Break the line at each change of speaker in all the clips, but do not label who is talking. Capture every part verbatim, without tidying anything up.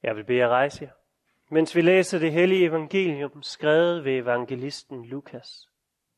Jeg vil bede jer rejse jer, mens vi læser det hellige evangelium, skrevet ved evangelisten Lukas.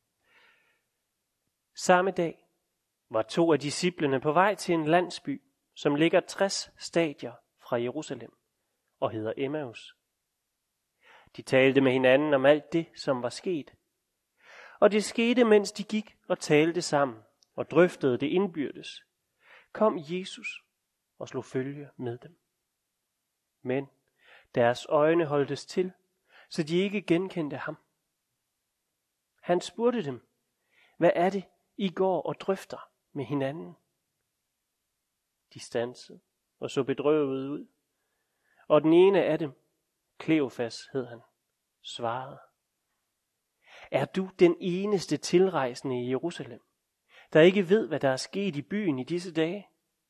Samme dag var to af disciplene på vej til en landsby, som ligger tres stadier fra Jerusalem og hedder Emmaus. De talte med hinanden om alt det, som var sket. Og det skete, mens de gik og talte sammen og drøftede det indbyrdes. Kom Jesus og slog følge med dem. Men deres øjne holdtes til, så de ikke genkendte ham. Han spurgte dem, hvad er det, I går og drøfter med hinanden? De standsede og så bedrøvet ud. Og den ene af dem, Kleofas hed han, svarede: Er du den eneste tilrejsende i Jerusalem, der ikke ved, hvad der er sket i byen i disse dage?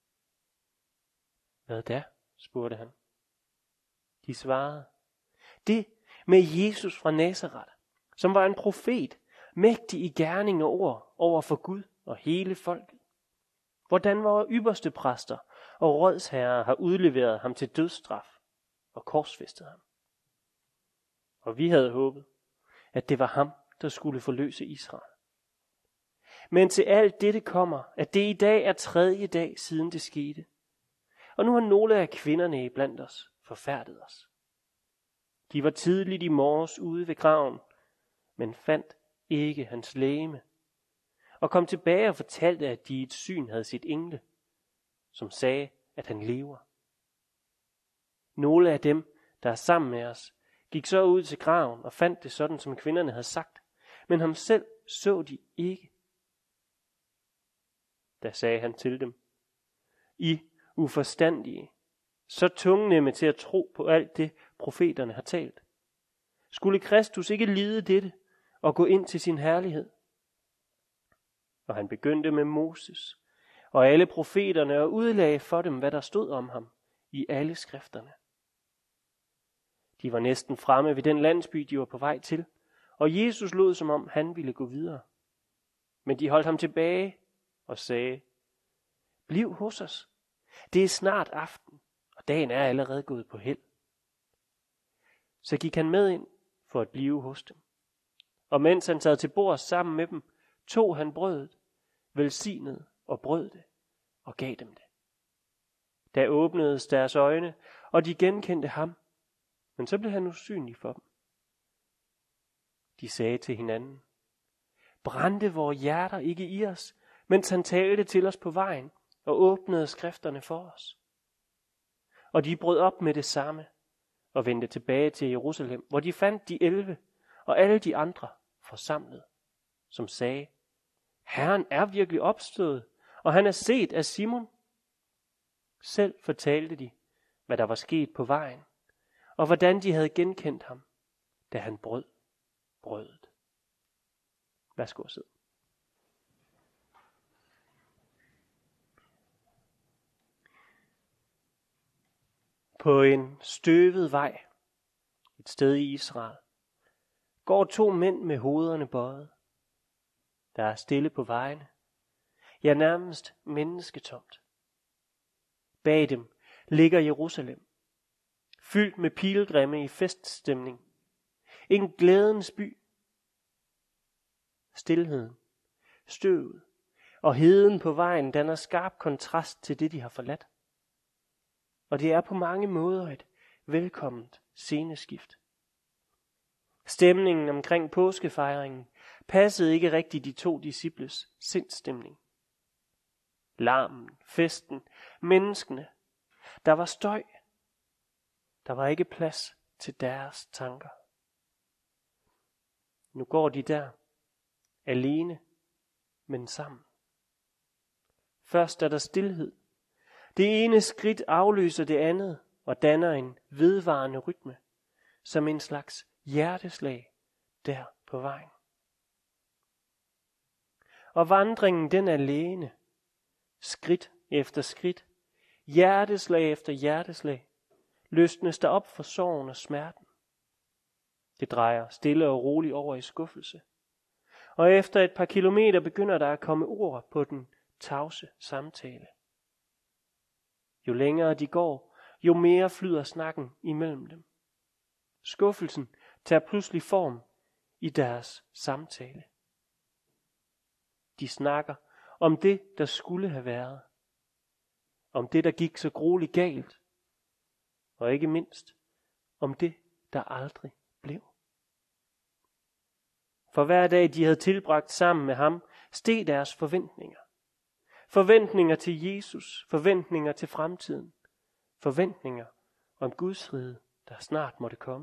Hvad da? Spurgte han. De svarede: Det med Jesus fra Nazaret, som var en profet, mægtig i gerning og ord over for Gud og hele folket. Hvordan vores ypperste præster og rådsherrer har udleveret ham til dødsstraf og korsfæstet ham. Og vi havde håbet, at det var ham, der skulle forløse Israel. Men til alt dette kommer, at det i dag er tredje dag siden det skete. Og nu har nogle af kvinderne iblandt os forfærdet os. De var tidligt i morges ude ved graven, men fandt ikke hans legeme, og kom tilbage og fortalte, at de i et syn havde set engle, som sagde, at han lever. Nogle af dem, der er sammen med os, gik så ud til graven og fandt det sådan, som kvinderne havde sagt, men ham selv så de ikke. Da sagde han til dem: I uforstandige, så tungnemme til at tro på alt det, profeterne har talt. Skulle Kristus ikke lide dette og gå ind til sin herlighed? Og han begyndte med Moses og alle profeterne og udlagde for dem, hvad der stod om ham i alle skrifterne. De var næsten fremme ved den landsby, de var på vej til, og Jesus lod, som om han ville gå videre. Men de holdt ham tilbage og sagde: Bliv hos os. Det er snart aften, og dagen er allerede gået på held. Så gik han med ind for at blive hos dem. Og mens han sad til bords sammen med dem, tog han brødet, velsignede og brød det, og gav dem det. Da åbnedes deres øjne, og de genkendte ham, men så blev han usynlig for dem. De sagde til hinanden: Brændte vores hjerter ikke i os, mens han talte til os på vejen og åbnede skrifterne for os? Og de brød op med det samme og vendte tilbage til Jerusalem, hvor de fandt de elleve og alle de andre forsamlet, som sagde: Herren er virkelig opstået, og han er set af Simon. Selv fortalte de, hvad der var sket på vejen, og hvordan de havde genkendt ham, da han brød brødet. Værsgo at sidde. På en støvet vej, et sted i Israel, går to mænd med hovederne bøjet. Der er stille på vejene, ja nærmest mennesketomt. Bag dem ligger Jerusalem, fyldt med pilgrimme i feststemning. En glædens by. Stilheden, støvet og heden på vejen danner skarp kontrast til det, de har forladt. Og det er på mange måder et velkomment sceneskift. Stemningen omkring påskefejringen passede ikke rigtig de to disciples sindstemning. Larmen, festen, menneskene. Der var støj. Der var ikke plads til deres tanker. Nu går de der, alene, men sammen. Først er der stilhed. Det ene skridt afløser det andet og danner en vedvarende rytme, som en slags hjerteslag der på vejen. Og vandringen den er alene, skridt efter skridt, hjerteslag efter hjerteslag, løsnes der op for sorgen og smerten. Det drejer stille og roligt over i skuffelse, og efter et par kilometer begynder der at komme ord på den tavse samtale. Jo længere de går, jo mere flyder snakken imellem dem. Skuffelsen tager pludselig form i deres samtale. De snakker om det, der skulle have været. Om det, der gik så grueligt galt. Og ikke mindst om det, der aldrig blev. For hver dag, de havde tilbragt sammen med ham, steg deres forventninger. Forventninger til Jesus, forventninger til fremtiden, forventninger om Guds rige, der snart måtte komme.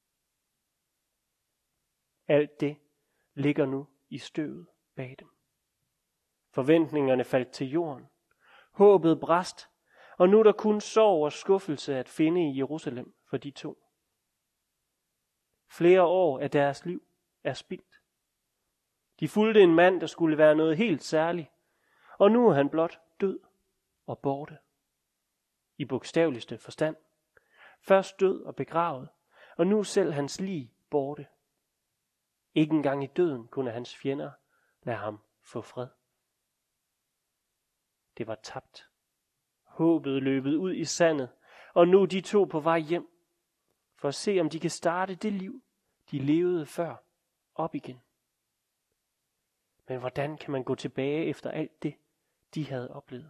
Alt det ligger nu i støvet bag dem. Forventningerne faldt til jorden. Håbet brast, og nu er der kun sorg og skuffelse at finde i Jerusalem for de to. Flere år af deres liv er spildt. De fulgte en mand, der skulle være noget helt særligt, og nu er han blot død og borte. I bogstaveligste forstand. Først død og begravet, og nu selv hans lig borte. Ikke engang i døden kunne hans fjender lade ham få fred. Det var tabt. Håbet løbet ud i sandet, og nu er de to på vej hjem, for at se om de kan starte det liv, de levede før, op igen. Men hvordan kan man gå tilbage efter alt det, de havde oplevet?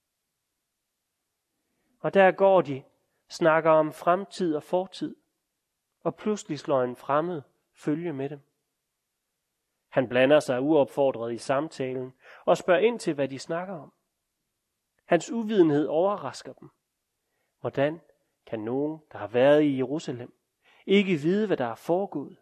Og der går de, snakker om fremtid og fortid, og pludselig slår en fremmed følge med dem. Han blander sig uopfordret i samtalen og spørger ind til, hvad de snakker om. Hans uvidenhed overrasker dem. Hvordan kan nogen, der har været i Jerusalem, ikke vide, hvad der er foregået?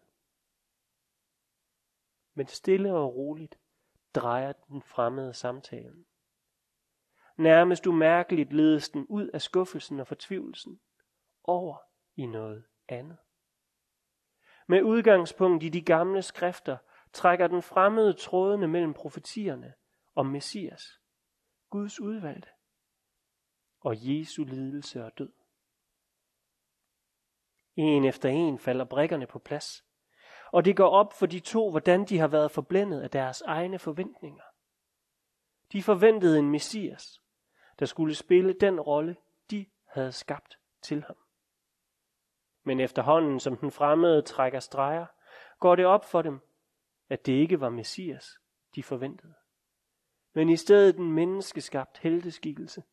Men stille og roligt drejer den fremmede samtalen. Nærmest umærkeligt ledes den ud af skuffelsen og fortvivlelsen over i noget andet. Med udgangspunkt i de gamle skrifter trækker den fremmede trådene mellem profetierne om Messias, Guds udvalgte, og Jesu lidelse og død. En efter en falder brikkerne på plads, og det går op for de to, hvordan de har været forblændet af deres egne forventninger. De forventede en Messias, der skulle spille den rolle, de havde skabt til ham. Men efterhånden, som den fremmede trækker streger, går det op for dem, at det ikke var Messias, de forventede, men i stedet en menneskeskabt helteskikkelse.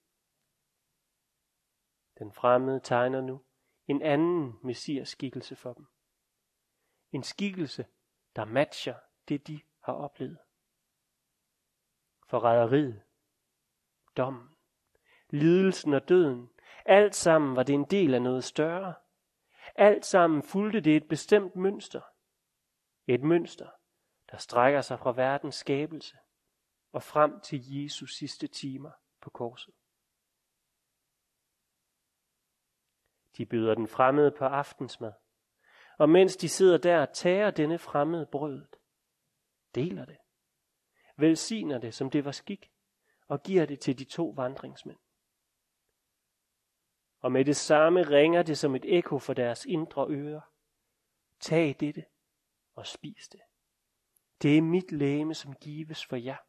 Den fremmede tegner nu en anden Messias-skikkelse for dem. En skikkelse, der matcher det, de har oplevet. Forræderiet, dommen, lidelsen og døden, alt sammen var det en del af noget større. Alt sammen fulgte det et bestemt mønster. Et mønster, der strækker sig fra verdens skabelse og frem til Jesus sidste timer på korset. De byder den fremmede på aftensmad, og mens de sidder der, tager denne fremmede brødet, deler det, velsigner det, som det var skik, og giver det til de to vandringsmænd. Og med det samme ringer det som et ekko for deres indre ører. Tag dette og spis det. Det er mit legeme, som gives for jer.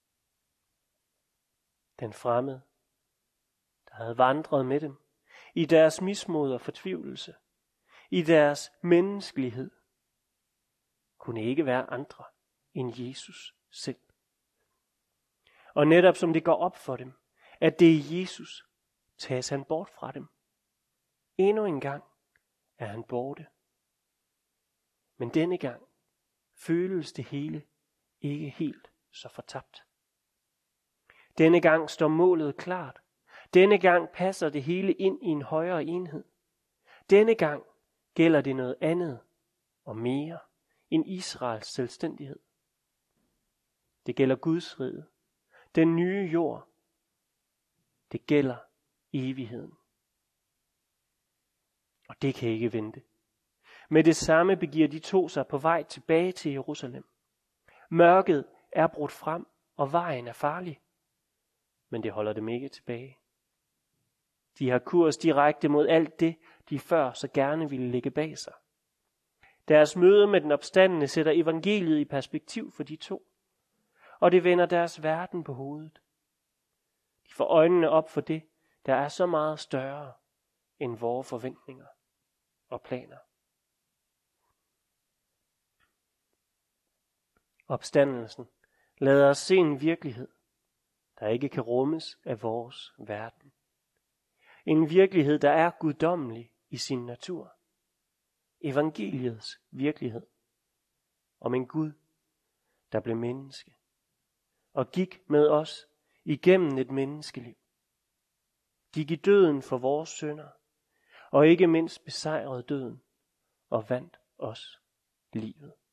Den fremmede, der havde vandret med dem, i deres mismod og fortvivlelse, i deres menneskelighed, kunne ikke være andre end Jesus selv. Og netop som det går op for dem, at det er Jesus, tages han bort fra dem. Endnu en gang er han borte. Men denne gang føles det hele ikke helt så fortabt. Denne gang står målet klart. Denne gang passer det hele ind i en højere enhed. Denne gang gælder det noget andet og mere end Israels selvstændighed. Det gælder Guds rige, den nye jord. Det gælder evigheden. Og det kan ikke vente. Med det samme begiver de to sig på vej tilbage til Jerusalem. Mørket er brudt frem, og vejen er farlig. Men det holder dem ikke tilbage. De har kurs direkte mod alt det, de før så gerne ville lægge bag sig. Deres møde med den opstandne sætter evangeliet i perspektiv for de to, og det vender deres verden på hovedet. De får øjnene op for det, der er så meget større end vores forventninger og planer. Opstandelsen lader os se en virkelighed, der ikke kan rummes af vores verden. En virkelighed, der er guddommelig i sin natur. Evangeliets virkelighed om en Gud, der blev menneske og gik med os igennem et menneskeliv. Gik i døden for vores synder og ikke mindst besejrede døden og vandt os livet.